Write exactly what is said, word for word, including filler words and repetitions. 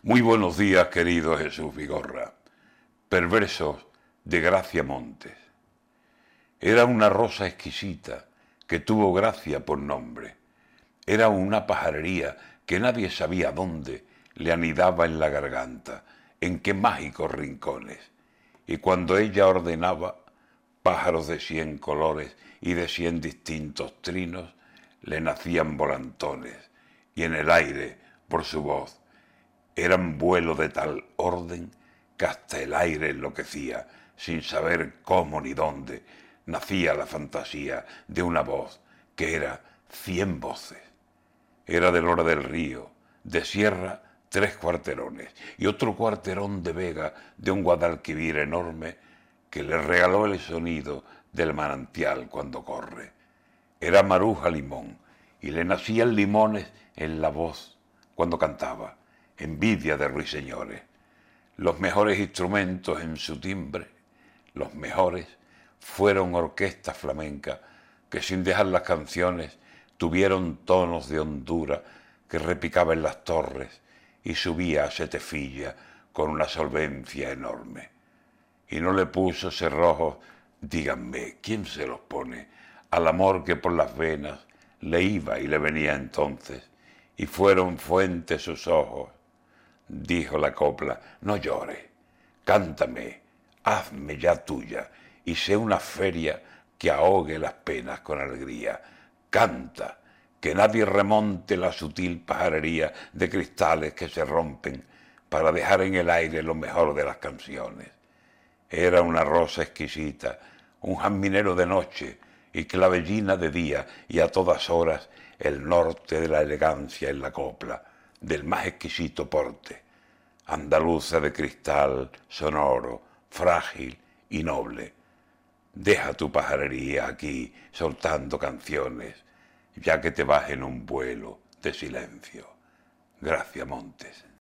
Muy buenos días, querido Jesús Vigorra. Perversos de Gracia Montes. Era una rosa exquisita que tuvo Gracia por nombre. Era una pajarería que nadie sabía dónde le anidaba en la garganta, en qué mágicos rincones. Y cuando ella ordenaba, pájaros de cien colores y de cien distintos trinos le nacían volantones, y en el aire, por su voz, eran vuelo de tal orden que hasta el aire enloquecía, sin saber cómo ni dónde nacía la fantasía de una voz que era cien voces. Era de Lora del Río, de sierra tres cuarterones y otro cuarterón de vega de un Guadalquivir enorme que le regaló el sonido del manantial cuando corre. Era Maruja Limón y le nacían limones en la voz cuando cantaba. Envidia de ruiseñores. Los mejores instrumentos en su timbre, los mejores, fueron orquestas flamencas que sin dejar las canciones tuvieron tonos de hondura que repicaba en las torres y subía a setefilla con una solvencia enorme. Y no le puso cerrojos, díganme, ¿quién se los pone? Al amor que por las venas le iba y le venía entonces, y fueron fuentes sus ojos. Dijo la copla, no llores, cántame, hazme ya tuya, y sé una feria que ahogue las penas con alegría. Canta, que nadie remonte la sutil pajarería de cristales que se rompen para dejar en el aire lo mejor de las canciones. Era una rosa exquisita, un jazminero de noche y clavellina de día, y a todas horas el norte de la elegancia en la copla, del más exquisito porte, andaluza de cristal, sonoro, frágil y noble. Deja tu pajarería aquí soltando canciones, ya que te vas en un vuelo de silencio. Gracia Montes.